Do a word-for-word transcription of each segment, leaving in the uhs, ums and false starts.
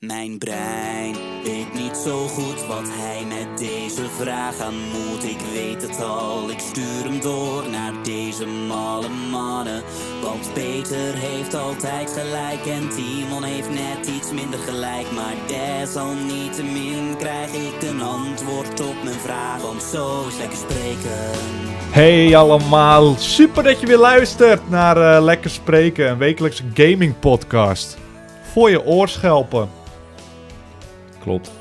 Mijn brein weet niet zo goed wat hij met deze vraag aan moet. Ik weet het al, ik stuur hem door naar deze malle mannen. Want Peter heeft altijd gelijk en Timon heeft net iets minder gelijk. Maar desalniettemin krijg ik een antwoord op mijn vraag. Want zo is lekker spreken. Hey allemaal, super dat je weer luistert naar uh, Lekker Spreken, een wekelijkse gaming podcast. Voor je oorschelpen. Klopt.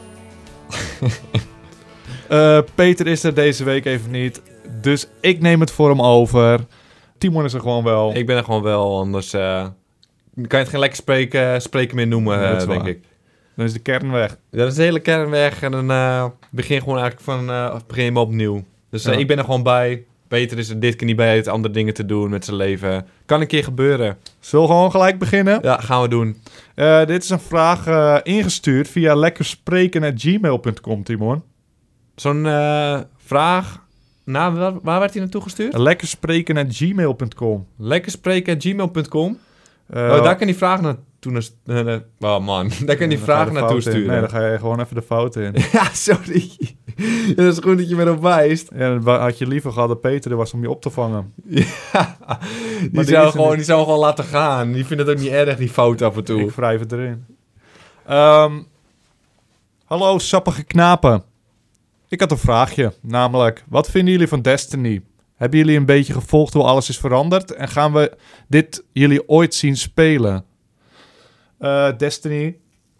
uh, Peter is er deze week even niet, dus ik neem het voor hem over. Timon is er gewoon wel. Ik ben er gewoon wel, anders uh, kan je het geen lekker spreken, spreken meer noemen, Ja, uh, denk waar. ik. Dan is de kern weg. Dan is de hele kern weg en dan uh, begin je gewoon eigenlijk van, uh, begin je maar opnieuw. Dus uh, Ja. ik ben er gewoon bij. Peter is er dit keer niet bij, hij heeft andere dingen te doen met zijn leven. Kan een keer gebeuren. Zullen we gewoon gelijk beginnen? Ja, gaan we doen. Uh, dit is een vraag uh, ingestuurd via lekkerspreken at gmail dot com, Timon. Zo'n uh, vraag, nou, waar, waar werd hij naartoe gestuurd? lekkerspreken at gmail dot com. lekkerspreken at gmail dot com. Uh, Oh, daar kan die vraag naartoe... Uh, uh, oh man, daar kan die dan ga je vraag de naartoe fout in. sturen. Nee, dan ga je gewoon even de fout in. Ja, sorry. Dat is goed dat je me erop wijst. Ja, dan had je liever gehad dat Peter er was om je op te vangen. Ja, die, die zou is er gewoon, niet. die zou gewoon laten gaan. Die vindt het ook niet erg, die fout af en toe. Ik wrijf het erin. Um, hallo, sappige knapen. Ik had een vraagje, namelijk, wat vinden jullie van Destiny? Hebben jullie een beetje gevolgd hoe alles is veranderd? En gaan we dit jullie ooit zien spelen? Uh, Destiny...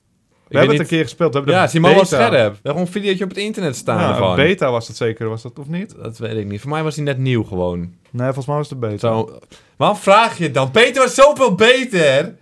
We weet hebben het niet- een keer gespeeld. We hebben Ja, de Simon was beta. scherp. We hebben gewoon een videootje op het internet staan Ja, ervan. een beta was dat zeker, was dat of niet? Dat weet ik niet. Voor mij was hij net nieuw gewoon. Nee, volgens mij was het de beta. Zo. Waarom vraag je het dan? Peter was zoveel beter.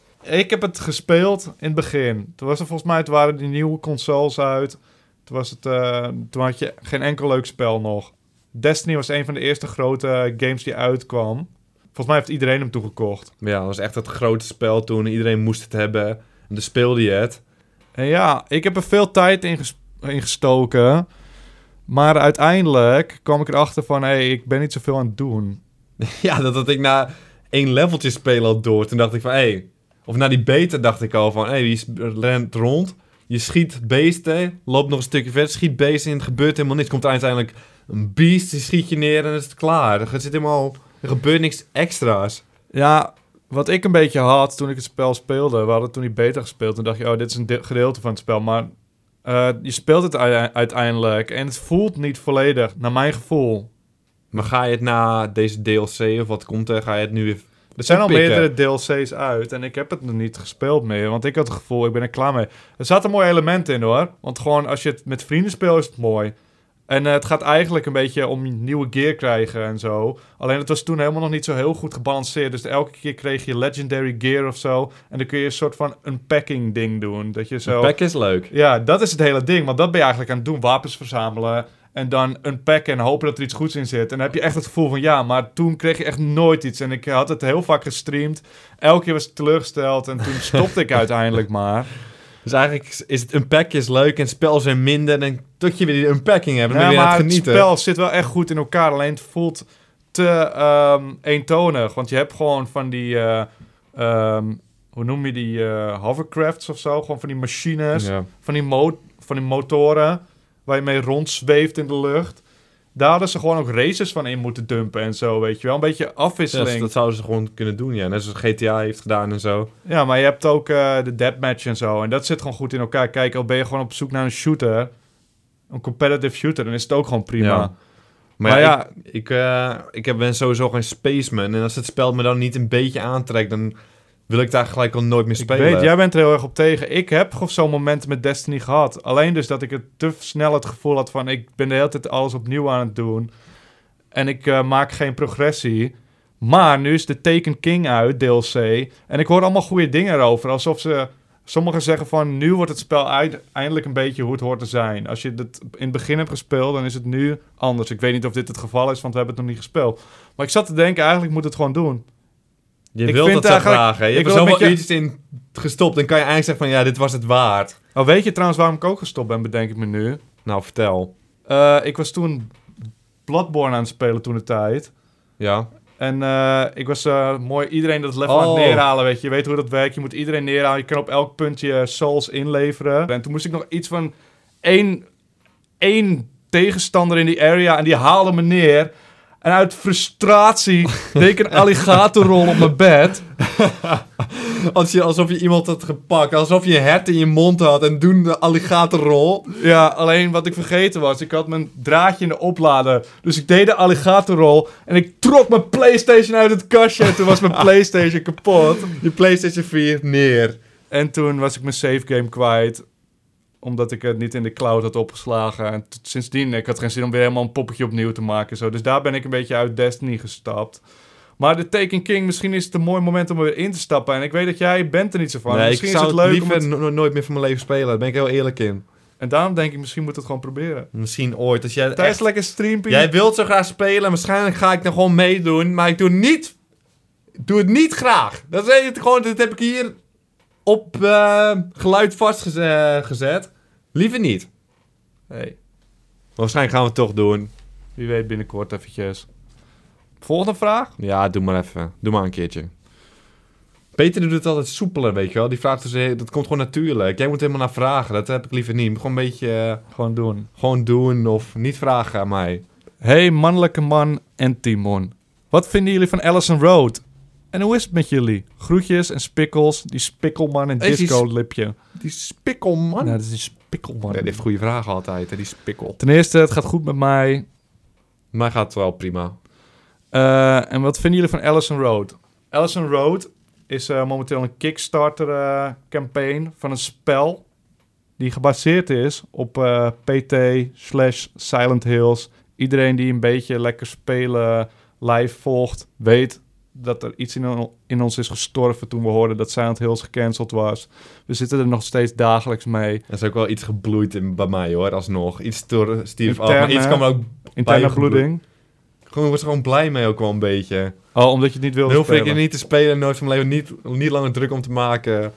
Ik heb het gespeeld in het begin. Toen was er volgens mij, toen waren die nieuwe consoles uit. Toen, was het, uh, toen had je geen enkel leuk spel nog. Destiny was een van de eerste grote games die uitkwam. Volgens mij heeft iedereen hem toegekocht. Ja, dat was echt het grote spel toen. Iedereen moest het hebben. En dan speelde je het. En ja, ik heb er veel tijd in, ges- in gestoken. Maar uiteindelijk kwam ik erachter van... hé, hey, ik ben niet zoveel aan het doen. Ja, dat had ik na één leveltje spelen al door. Toen dacht ik van, hé... Hey, of na die beta dacht ik al van... hé, hey, die rent rond. Je schiet beesten. Loopt nog een stukje verder. Schiet beesten en het gebeurt helemaal niks. Komt er uiteindelijk een beest. Die schiet je neer en dan is het klaar. Er zit helemaal... Er gebeurt niks extra's. Ja, wat ik een beetje had toen ik het spel speelde... we hadden toen die beta gespeeld... toen dacht je, oh, dit is een de- gedeelte van het spel. Maar uh, je speelt het u- uiteindelijk... en het voelt niet volledig, naar mijn gevoel. Maar ga je het na deze D L C of wat komt er? Ga je het nu weer... Er zijn al oppikken? meerdere D L C's uit... en ik heb het nog niet gespeeld meer... want ik had het gevoel, ik ben er klaar mee. Er zaten mooie elementen in, hoor. Want gewoon, als je het met vrienden speelt, is het mooi... En uh, het gaat eigenlijk een beetje om nieuwe gear krijgen en zo. Alleen het was toen helemaal nog niet zo heel goed gebalanceerd. Dus elke keer kreeg je legendary gear of zo. En dan kun je een soort van unpacking ding doen. Dat je zo... Een pack is leuk. Ja, dat is het hele ding. Want dat ben je eigenlijk aan het doen. Wapens verzamelen. En dan unpacken en hopen dat er iets goeds in zit. En dan heb je echt het gevoel van ja, maar toen kreeg je echt nooit iets. En ik had het heel vaak gestreamd. Elke keer was ik teleurgesteld. En toen stopte ik uiteindelijk maar. Dus eigenlijk is het unpacken is leuk en het spel zijn minder. En tot je weer die unpacking hebt, dan Ja, ben je aan maar het het genieten. spel zit wel echt goed in elkaar. Alleen het voelt te ehm, eentonig. Want je hebt gewoon van die... eh, ehm, hoe noem je die? eh, hovercrafts of zo. Gewoon van die machines. Ja. Van, die mo- van die motoren. Waar je mee rondzweeft in de lucht. Daar hadden ze gewoon ook races van in moeten dumpen en zo, weet je wel. Een beetje Ja, afwisseling. dus dat zouden ze gewoon kunnen doen, ja. Net zoals G T A heeft gedaan en zo. Ja, maar je hebt ook eh, de deathmatch en zo. En dat zit gewoon goed in elkaar. Kijk, al ben je gewoon op zoek naar een shooter. Een competitive shooter. Dan is het ook gewoon prima. Ja. Maar Maar, ja, ja- ik, ik, eh, ik heb- ben sowieso geen spaceman. En als het spel me dan niet een beetje aantrekt, dan wil ik daar gelijk al nooit meer Ik spelen. weet, jij bent er heel erg op tegen. Ik heb gewoon zo'n momenten met Destiny gehad. Alleen dus dat ik het te snel het gevoel had van... ik ben de hele tijd alles opnieuw aan het doen. En ik uh, maak geen progressie. Maar nu is de Taken King uit, D L C. En ik hoor allemaal goede dingen erover. Alsof ze... Sommigen zeggen van... nu wordt het spel eind- eindelijk een beetje hoe het hoort te zijn. Als je het in het begin hebt gespeeld... dan is het nu anders. Ik weet niet of dit het geval is, want we hebben het nog niet gespeeld. Maar ik zat te denken, eigenlijk moet het gewoon doen. Je ik wilt vind dat zo eigenlijk- graag, hè. Je ik hebt er wil zoveel met je- uurtjes in gestopt. Dan kan je eigenlijk zeggen van, ja, dit was het waard. Oh, weet je trouwens waarom ik ook gestopt ben, bedenk ik me nu? Nou, vertel. Uh, ik was toen Bloodborne aan het spelen toen de tijd. Ja. En uh, ik was uh, mooi iedereen dat level oh. aan het neerhalen, weet je. Je weet hoe dat werkt. Je moet iedereen neerhalen. Je kan op elk punt je souls inleveren. En toen moest ik nog iets van één, één tegenstander in die area en die haalde me neer. En uit frustratie deed ik een alligatorrol op mijn bed. Als je, alsof je iemand had gepakt. Alsof je een hert in je mond had en doen de alligatorrol. Ja, alleen wat ik vergeten was. Ik had mijn draadje in de oplader. Dus ik deed de alligatorrol. En ik trok mijn PlayStation uit het kastje. En toen was mijn PlayStation kapot. Je PlayStation vier neer. En toen was ik mijn save game kwijt. Omdat ik het niet in de cloud had opgeslagen. En t- sindsdien, ik had geen zin om weer helemaal een poppetje opnieuw te maken. Zo. Dus daar ben ik een beetje uit Destiny gestapt. Maar de Taken King, misschien is het een mooi moment om er weer in te stappen. En ik weet dat jij bent er niet zo van. Nee, misschien ik zou is het leuk liever om het... no- nooit meer van mijn leven spelen. Daar ben ik heel eerlijk in. En daarom denk ik, misschien moet het gewoon proberen. Misschien ooit. Als jij Tijdens echt... lekker streampie. Jij wilt zo graag spelen. Waarschijnlijk ga ik nog gewoon meedoen. Maar ik doe niet... Doe het niet graag. Dat is het gewoon... Dat heb ik hier op uh, geluid vastgezet. Liever niet. Hey. Waarschijnlijk gaan we het toch doen. Wie weet binnenkort eventjes. Volgende vraag? Ja, doe maar even. Doe maar een keertje. Peter doet het altijd soepeler, weet je wel. Die vraagt dus... Dat komt gewoon natuurlijk. Jij moet helemaal naar vragen. Dat heb ik liever niet. Gewoon een beetje... Uh, gewoon doen. Gewoon doen of niet vragen aan mij. Hey, mannelijke man en Timon. Wat vinden jullie van Allison Road? En hoe is het met jullie? Groetjes en spikkels. Die spikkelman en disco-lipje. Die spikkelman? Nou, dat is die spikkelman. Ja, die heeft goede vragen altijd, hè, die spikkel. Ten eerste, het gaat goed met mij. Mij gaat het wel prima. Uh, en wat vinden jullie van Allison Road? Allison Road is uh, momenteel een Kickstarter-campaign uh, van een spel die gebaseerd is op uh, P T slash Silent Hills. Iedereen die een beetje lekker spelen live volgt, weet dat er iets in, on- in ons is gestorven toen we hoorden dat Silent Hills gecanceld was. We zitten er nog steeds dagelijks mee. Er is ook wel iets gebloeid in, bij mij, hoor, alsnog. Iets door stierf af, Interne, maar iets kan er ook interne bloeding. Gewoon, ik was gewoon blij mee ook wel een beetje. Oh, omdat je het niet wilde Heel spelen. veel keer niet te spelen, nooit van mijn leven, niet, niet langer druk om te maken.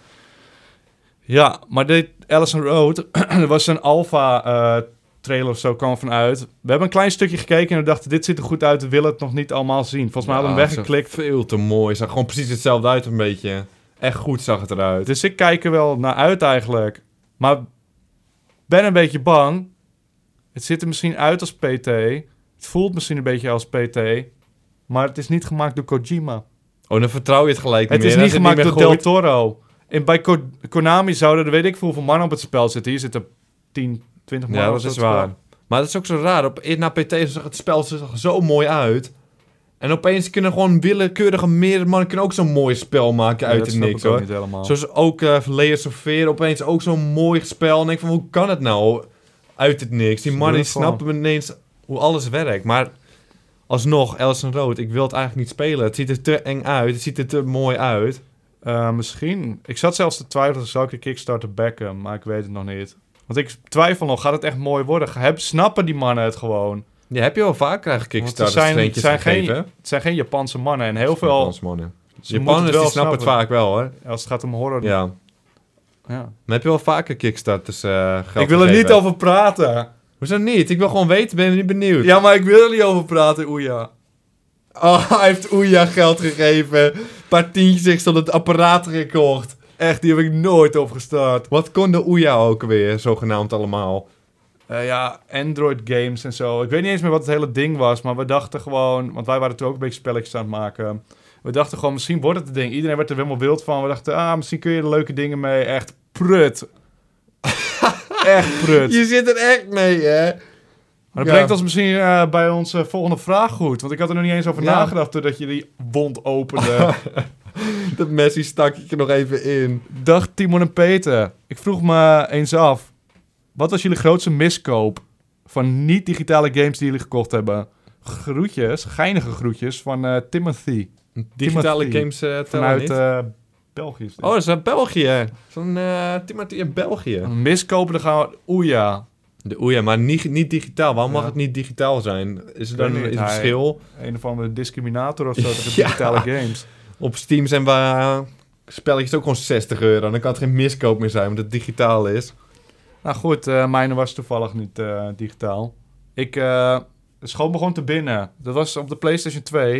Ja, maar dit Allison Road, er was een alpha uh, trailer of zo, kwam er vanuit. We hebben een klein stukje gekeken en we dachten, dit ziet er goed uit, we willen het nog niet allemaal zien. Volgens mij Ja, hadden we hem weggeklikt. Veel te mooi. Het zag gewoon precies hetzelfde uit een beetje. Echt goed zag het eruit. Dus ik kijk er wel naar uit eigenlijk. Maar ben een beetje bang. Het ziet er misschien uit als P T. Het voelt misschien een beetje als P T. Maar het is niet gemaakt door Kojima. Oh, dan vertrouw je het gelijk niet Het meer. is niet Dan gemaakt het door niet Del meer Toro. En bij Ko- Konami zouden er weet ik veel hoeveel mannen op het spel zitten. Hier zitten tien, twintig Ja, mannen dat op is het waar. spel. Maar dat is ook zo raar. Op, na P T zag het spel zag er zo mooi uit. En opeens kunnen gewoon willekeurige meerdere mannen kunnen ook zo'n mooi spel maken Ja, uit dat het snap niks, ik ook hoor. niet helemaal. Zoals ook uh, Layers of Fear, opeens ook zo'n mooi spel. En ik van, hoe kan het nou uit het niks? Die Ze mannen doen die het snappen ineens hoe alles werkt. Maar alsnog, Allison Road, ik wil het eigenlijk niet spelen. Het ziet er te eng uit, het ziet er te mooi uit. Uh, misschien. Ik zat zelfs te twijfelen, zou ik de Kickstarter backen? Maar ik weet het nog niet. Want ik twijfel nog, gaat het echt mooi worden? Heb, snappen die mannen het gewoon? Ja, heb je wel vaker eigenlijk Want Kickstarter het zijn, het streentjes zijn gegeven. geen, het zijn geen Japanse mannen. En heel veel... Japanse mannen. ze Japanners moeten het wel die snappen het snappen. vaak wel, hoor. Als het gaat om horror. Ja. Ja. Maar heb je wel vaker Kickstarters uh, geld Ik wil er gegeven? niet over praten. Hoezo niet? Ik wil gewoon weten, ben je niet benieuwd? Ja, maar ik wil er niet over praten, Oeja. Oh, hij heeft Oeja geld gegeven. Een paar tientjes heeft op het apparaat gekocht. Echt, die heb ik nooit opgestart. Wat kon de Oeja ook weer, zogenaamd allemaal? Uh, ja, Android games en zo. Ik weet niet eens meer wat het hele ding was, maar we dachten gewoon... Want wij waren toen ook een beetje spelletjes aan het maken. We dachten gewoon, misschien wordt het het ding. Iedereen werd er helemaal wild van. We dachten, ah, misschien kun je er leuke dingen mee. Echt prut. Echt prut. Je zit er echt mee, hè? Maar dat Ja. brengt ons misschien uh, bij onze volgende vraag goed. Want ik had er nog niet eens over Ja. nagedacht doordat je die wond opende. Dat Messi stak ik er nog even in. Dag Timon en Peter. Ik vroeg me eens af. Wat was jullie grootste miskoop van niet-digitale games die jullie gekocht hebben? Groetjes, geinige groetjes van uh, Timothy. Digitale Timothy. games uh, tellen Vanuit niet. uh, België. is dit. Oh, dat is uit België. Zo'n uh, Timothy in België. Een miskopen, dan gaan we... Oeh ja. De Oeja, maar niet, niet digitaal. Waarom Ja. mag het niet digitaal zijn? Is er dan weet niet, een hij- verschil? Een of andere discriminator of zo tegen Ja. digitale games. Op Steam zijn we, uh, spelletjes ook gewoon zestig euro. Dan kan het geen miskoop meer zijn, omdat het digitaal is. Nou goed, uh, mijne was toevallig niet uh, digitaal. Ik uh, schoot me gewoon te binnen. Dat was op de PlayStation twee.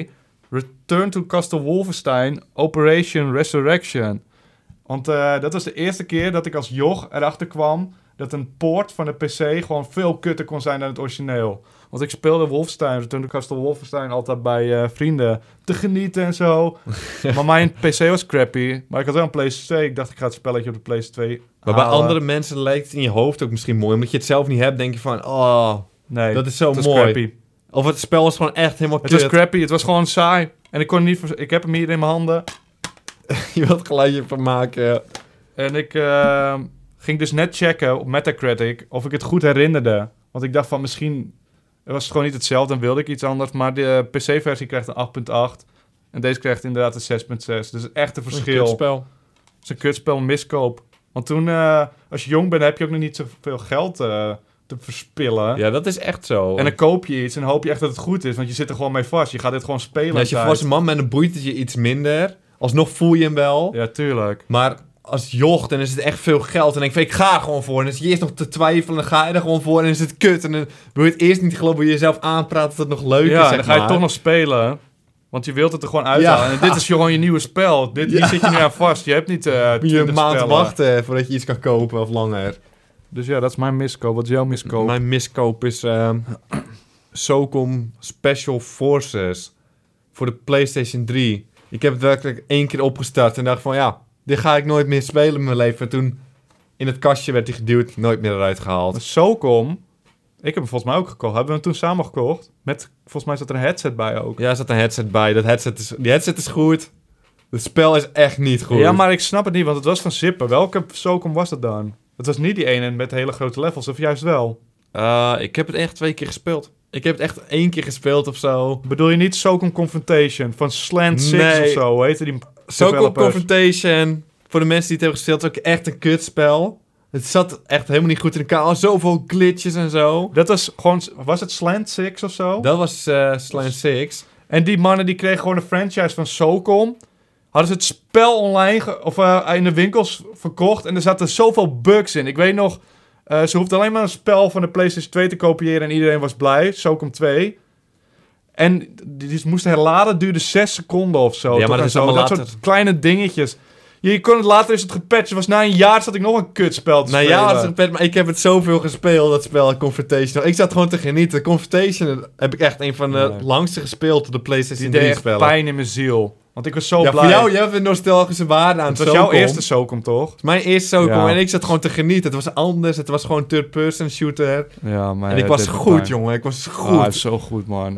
Return to Castle Wolfenstein Operation Resurrection. Want uh, dat was de eerste keer dat ik als joch erachter kwam dat een poort van de P C gewoon veel kutter kon zijn dan het origineel. Want ik speelde Wolfenstein, Return to Castle Wolfenstein altijd bij uh, vrienden te genieten en zo. Maar mijn P C was crappy. Maar ik had wel een PlayStation twee. Ik dacht, ik ga het spelletje op de PlayStation twee Maar halen. bij andere mensen lijkt het in je hoofd ook misschien mooi. Omdat je het zelf niet hebt, denk je van... Oh, Nee, dat is zo het was mooi. crappy. Of het spel was gewoon echt helemaal Het kut. was crappy, het was gewoon saai. En ik kon niet... vers- Ik heb hem hier in mijn handen. Je wilt gelijk van maken. En ik uh, ging dus net checken op Metacritic of ik het goed herinnerde. Want ik dacht van misschien was het gewoon niet hetzelfde en wilde ik iets anders. Maar de P C-versie krijgt een acht komma acht. En deze krijgt inderdaad een zes komma zes. Dus echt een verschil. Een spel. Het is een kutspel, een miskoop. Want toen, uh, als je jong bent, heb je ook nog niet zoveel geld uh, te verspillen. Ja, dat is echt zo. En dan koop je iets en dan hoop je echt dat het goed is. Want je zit er gewoon mee vast. Je gaat dit gewoon spelen. Ja, als je tijd. volwassen man bent, dan boeit het je iets minder. Alsnog voel je hem wel. Ja, tuurlijk. Maar als joch, dan is het echt veel geld. En denk ik, van, ik ga er gewoon voor. En dan zit je eerst nog te twijfelen. En dan ga je er gewoon voor. En dan is het kut. En dan wil je het eerst niet geloven. Wil je jezelf aanpraten dat het nog leuk Ja, is, en zeg dan ga je maar. toch nog spelen. Want je wilt het er gewoon uithalen. Ja. En dit is gewoon je nieuwe spel. Dit, Hier Ja. zit je nu aan vast. Je hebt niet uh, Moet je een twintig maand spellen. wachten voordat je iets kan kopen of langer. Dus ja, dat is mijn miskoop. Wat is jouw miskoop? Mijn miskoop is ehm SOCOM Special Forces voor de PlayStation drie. Ik heb het werkelijk één keer opgestart en dacht van ja, dit ga ik nooit meer spelen in mijn leven. En toen in het kastje werd hij geduwd, nooit meer eruit gehaald. SOCOM. Ik heb hem volgens mij ook gekocht. Hebben we hem toen samen gekocht? Met, volgens mij zat er een headset bij ook. Ja, er zat een headset bij. Dat headset is, die headset is goed. Het spel is echt niet goed. Ja, maar ik snap het niet, want het was van Zipper. Welke SOCOM was dat dan? Het was niet die ene met hele grote levels, of juist wel? Uh, ik heb het echt twee keer gespeeld. Ik heb het echt één keer gespeeld of zo. Bedoel je niet SOCOM Confrontation van Slant Six Nee. of zo? Hoe heette die SOCOM developers? Confrontation. Voor de mensen die het hebben gespeeld, is ook echt een kutspel. Het zat echt helemaal niet goed in elkaar. Al zoveel glitches en zo. Dat was gewoon... Was het Slant Six of zo? Dat was uh, Slant Six. En die mannen die kregen gewoon een franchise van SOCOM. Hadden ze het spel online ge- of uh, in de winkels verkocht. En er zaten zoveel bugs in. Ik weet nog, uh, ze hoefden alleen maar een spel van de PlayStation twee te kopiëren en iedereen was blij. SOCOM twee. En die, die moesten herladen, duurde zes seconden of zo. Ja, maar Toch? dat En is zo. allemaal Dat later. soort kleine dingetjes. Je, je kon het later is het gepatcht. Het was na een jaar zat ik nog een kutspel te Nou spelen. ja, het is- maar ik heb het zoveel gespeeld, dat spel Confrontation. Ik zat gewoon te genieten. Confrontation heb ik echt een van de Nee. langste gespeeld op de Die PlayStation deed drie echt spellen. pijn in mijn ziel. Want ik was zo Ja, blij. voor jou, jij hebt een nostalgische waarde aan het het was jouw SOCOM. eerste SOCOM, toch? Het is mijn eerste SOCOM Ja. en ik zat gewoon te genieten. Het was anders, het was gewoon third-person shooter. Ja, maar en ik was goed, jongen. Ik was goed. Ah, het is zo goed, man.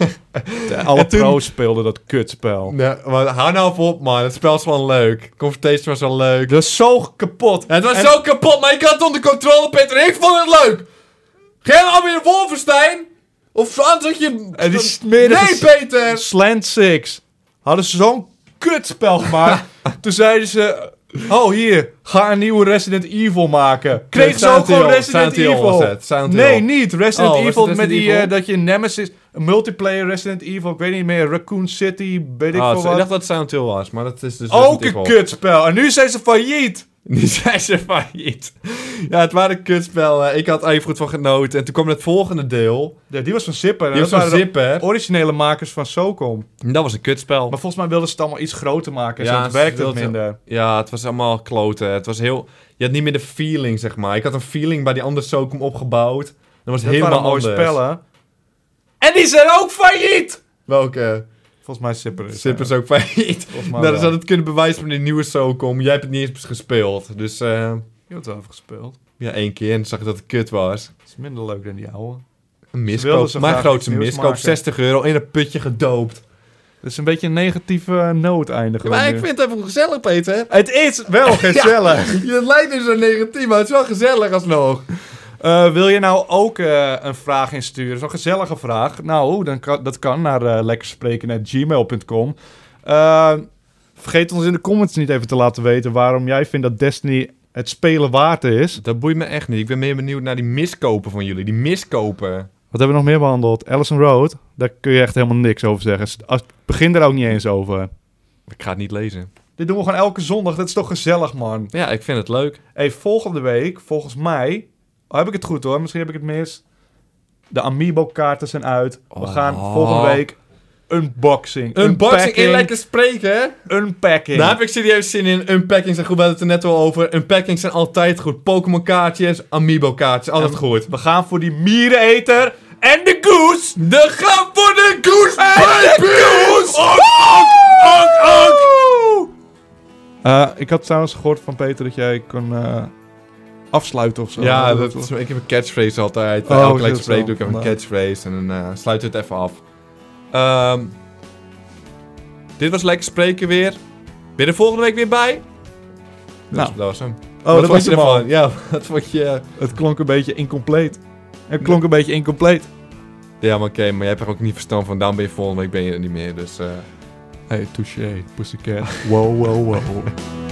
De- alle En toen- pro's speelden dat kutspel. Nee, maar hou nou even op, man. Het spel is wel leuk. Confrontation was wel leuk. Dat is zo kapot. Ja, het was En- zo kapot, maar ik had het onder controle, Peter. Ik vond het leuk. Ga jij nou weer Wolfenstein? Of anders dat je... En die smerige Nee, s- Peter! Slant Six hadden ze zo'n kutspel gemaakt. Toen zeiden ze... Oh, hier. Ga een nieuwe Resident Evil maken. Kregen ze ook Silent gewoon Hill, Resident Silent Hill was Evil. het, Silent Nee, Hill. niet. Resident Oh, was Evil het met Resident die... eh, Evil? dat je Nemesis... Een multiplayer Resident Evil. Ik weet niet meer. Raccoon City. Weet ik Ah, veel ik wat. dacht dat het Silent Hill was, maar dat is dus Ook Resident een Evil. kutspel. En nu zijn ze failliet. Nu zijn ze failliet. Ja, het waren kutspellen. Ik had er even goed van genoten. En toen kwam het volgende deel. Ja, die was van Zipper. Die was Dat van waren de Zipper. originele makers van SOCOM. En dat was een kutspel. Maar volgens mij wilden ze het allemaal iets groter maken. Ja, Ja, zo ze werkte het wilden- minder. Ja, het was allemaal kloten. Het was heel... Je had niet meer de feeling, zeg maar. Ik had een feeling bij die andere SOCOM opgebouwd. Dat was Dat helemaal waren mooie anders. spellen. En die zijn ook failliet! Welke? Volgens mij Zipper is Zipper is ook failliet. Volgens mij Nou, dan wel. zou het kunnen bewijzen met die nieuwe SOCOM. Jij hebt het niet eens gespeeld. Dus eh, Je hebt het wel even gespeeld. ja, één keer. En toen zag ik dat het kut was. Het is minder leuk dan die oude. Een wilden miskoop. zo Mijn graag grootste iets nieuws miskoop. maken. zestig euro in een putje gedoopt. Dat is een beetje een negatieve uh, noot eindigen. maar we ik nu. vind het even gezellig, Peter. Het is wel gezellig. Ja, het lijkt nu zo negatief, maar het is wel gezellig alsnog. Uh, wil je nou ook uh, een vraag insturen? Zo'n gezellige vraag. Nou, dan kan, dat kan naar uh, lekkerspreken at gmail dot com. Uh, vergeet ons in de comments niet even te laten weten waarom jij vindt dat Destiny het spelen waard is. Dat boeit me echt niet. Ik ben meer benieuwd naar die miskopen van jullie. Die miskopen. Wat hebben we nog meer behandeld? Allison Road. Daar kun je echt helemaal niks over zeggen. Als, begin er ook niet eens over. Ik ga het niet lezen. Dit doen we gewoon elke zondag. Dat is toch gezellig, man. Ja, ik vind het leuk. Hey, volgende week, volgens mij... Oh, heb ik het goed hoor, misschien heb ik het mis. De Amiibo-kaarten zijn uit. We Oh. gaan volgende week unboxing. Unboxing in lekker spreken, hè? Unpacking. Daar heb ik serieus zin in. Unpacking zijn goed. We hadden het er net al over. Unpacking zijn altijd goed. Pokémon kaartjes, Amiibo kaartjes. Altijd En goed. We gaan voor die miereneter en de goose. De gaan voor de goose, baby! Goose! Ok, ok, ok, ok! Uh, ik had trouwens gehoord van Peter dat jij kon uh, afsluiten of zo. Ja, dat is, ik heb een catchphrase altijd. Oh, Elke is lekker dat spreek zo? doe ik even een Nou. catchphrase. En dan uh, sluiten we het even af. Um, dit was lekker spreken weer. Ben je er volgende week weer bij? Nou. Dat was hem. Oh, Wat dat vond was je hem al. ervan? Ja, wat vond je... Het klonk een beetje incompleet. Het klonk een beetje incompleet. Ja, maar oké, okay, maar jij hebt er ook niet verstand van. Daarom ben je volgende week ben je er niet meer, dus... Uh... Hey, touché, pussycat. Wow, wow, wow.